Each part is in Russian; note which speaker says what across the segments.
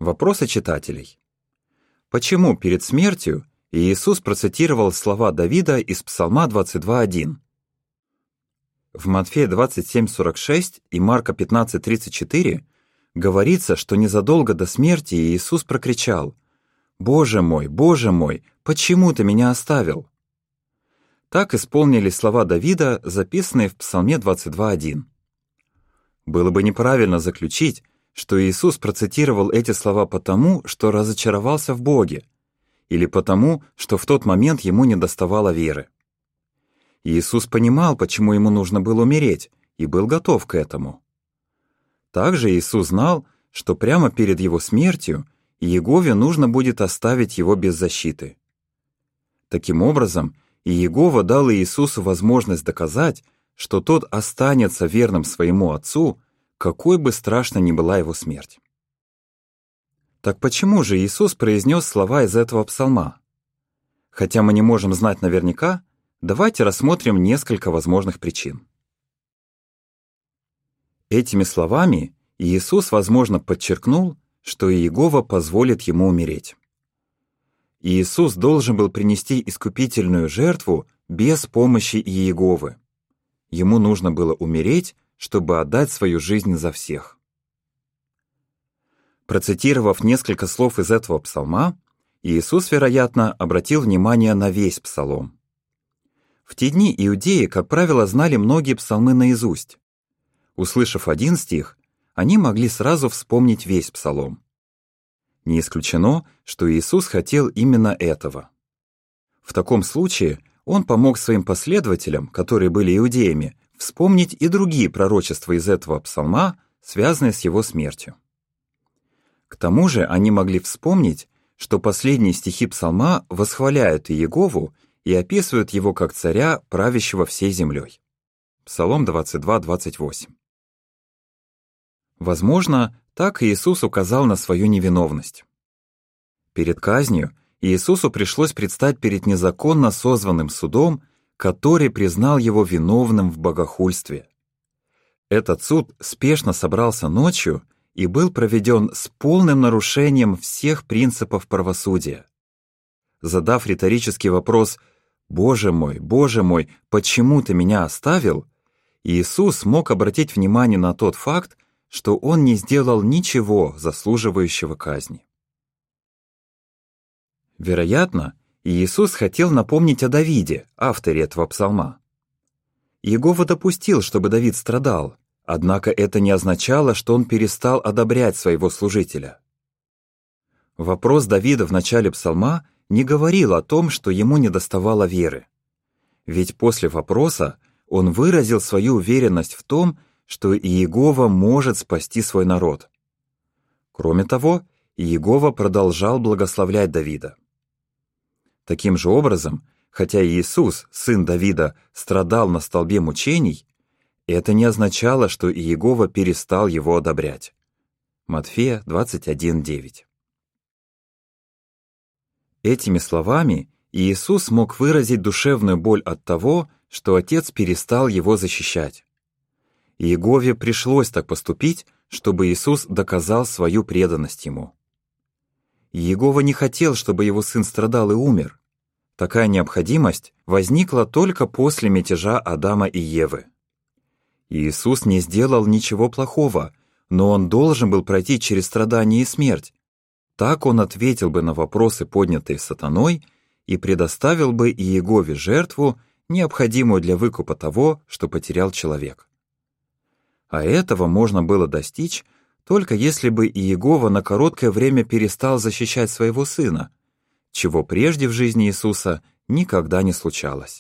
Speaker 1: Вопросы читателей. Почему перед смертью Иисус процитировал слова Давида из Псалма 22:1? В Матфея 27:46 и Марка 15:34 говорится, что незадолго до смерти Иисус прокричал: Боже мой, почему ты меня оставил?» Так исполнились слова Давида, записанные в Псалме 22:1. Было бы неправильно заключить, что Иисус процитировал эти слова потому, что разочаровался в Боге, или потому, что в тот момент ему недоставало веры. Иисус понимал, почему ему нужно было умереть, и был готов к этому. Также Иисус знал, что прямо перед его смертью Иегове нужно будет оставить его без защиты. Таким образом, Иегова дал Иисусу возможность доказать, что тот останется верным своему Отцу, какой бы страшной ни была его смерть. Так почему же Иисус произнес слова из этого псалма? Хотя мы не можем знать наверняка, давайте рассмотрим несколько возможных причин. Этими словами Иисус, возможно, подчеркнул, что Иегова позволит ему умереть. Иисус должен был принести искупительную жертву без помощи Иеговы. Ему нужно было умереть, чтобы отдать свою жизнь за всех. Процитировав несколько слов из этого псалма, Иисус, вероятно, обратил внимание на весь псалом. В те дни иудеи, как правило, знали многие псалмы наизусть. Услышав один стих, они могли сразу вспомнить весь псалом. Не исключено, что Иисус хотел именно этого. В таком случае Он помог своим последователям, которые были иудеями, вспомнить и другие пророчества из этого псалма, связанные с его смертью. К тому же они могли вспомнить, что последние стихи псалма восхваляют Иегову и описывают его как царя, правящего всей землей. Псалом 22:28. Возможно, так Иисус указал на свою невиновность. Перед казнью Иисусу пришлось предстать перед незаконно созванным судом, который признал его виновным в богохульстве. Этот суд спешно собрался ночью и был проведен с полным нарушением всех принципов правосудия. Задав риторический вопрос «Боже мой, почему ты меня оставил?», Иисус мог обратить внимание на тот факт, что он не сделал ничего заслуживающего казни. Вероятно, Иисус хотел напомнить о Давиде, авторе этого псалма. Иегова допустил, чтобы Давид страдал, однако это не означало, что он перестал одобрять своего служителя. Вопрос Давида в начале псалма не говорил о том, что ему недоставало веры. Ведь после вопроса он выразил свою уверенность в том, что Иегова может спасти свой народ. Кроме того, Иегова продолжал благословлять Давида. Таким же образом, хотя Иисус, сын Давида, страдал на столбе мучений, это не означало, что Иегова перестал его одобрять. Матфея 21:9. Этими словами Иисус мог выразить душевную боль от того, что Отец перестал его защищать. Иегове пришлось так поступить, чтобы Иисус доказал свою преданность ему. Иегова не хотел, чтобы его сын страдал и умер. Такая необходимость возникла только после мятежа Адама и Евы. Иисус не сделал ничего плохого, но он должен был пройти через страдания и смерть. Так он ответил бы на вопросы, поднятые сатаной, и предоставил бы Иегове жертву, необходимую для выкупа того, что потерял человек. А этого можно было достичь, только если бы Иегова на короткое время перестал защищать своего сына, чего прежде в жизни Иисуса никогда не случалось.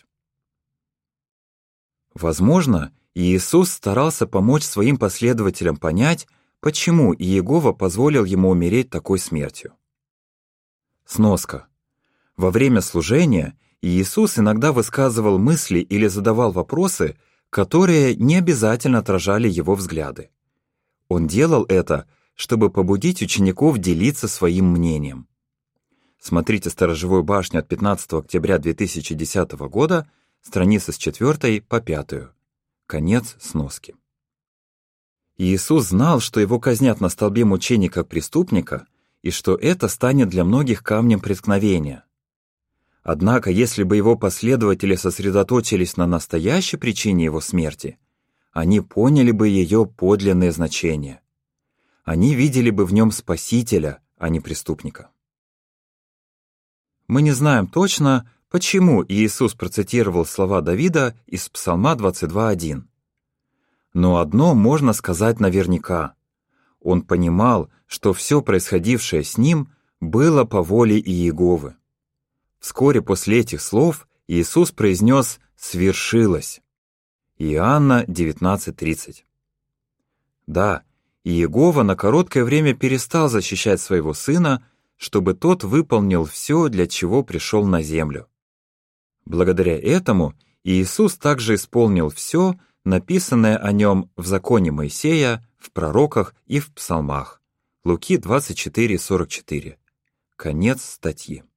Speaker 1: Возможно, Иисус старался помочь своим последователям понять, почему Иегова позволил ему умереть такой смертью. Сноска. Во время служения Иисус иногда высказывал мысли или задавал вопросы, которые не обязательно отражали его взгляды. Он делал это, чтобы побудить учеников делиться своим мнением. Смотрите «Сторожевую башню» от 15 октября 2010 года, страницы с 4 по 5. Конец сноски. Иисус знал, что его казнят на столбе мучений как преступника, и что это станет для многих камнем преткновения. Однако, если бы его последователи сосредоточились на настоящей причине его смерти, они поняли бы ее подлинное значение. Они видели бы в нем спасителя, а не преступника. Мы не знаем точно, почему Иисус процитировал слова Давида из Псалма 22:1. Но одно можно сказать наверняка. Он понимал, что все происходившее с ним было по воле Иеговы. Вскоре после этих слов Иисус произнес «свершилось». Иоанна 19:30. Да, Иегова на короткое время перестал защищать своего сына, чтобы тот выполнил все, для чего пришел на землю. Благодаря этому Иисус также исполнил все, написанное о нем в законе Моисея, в пророках и в псалмах. Луки 24:44. Конец статьи.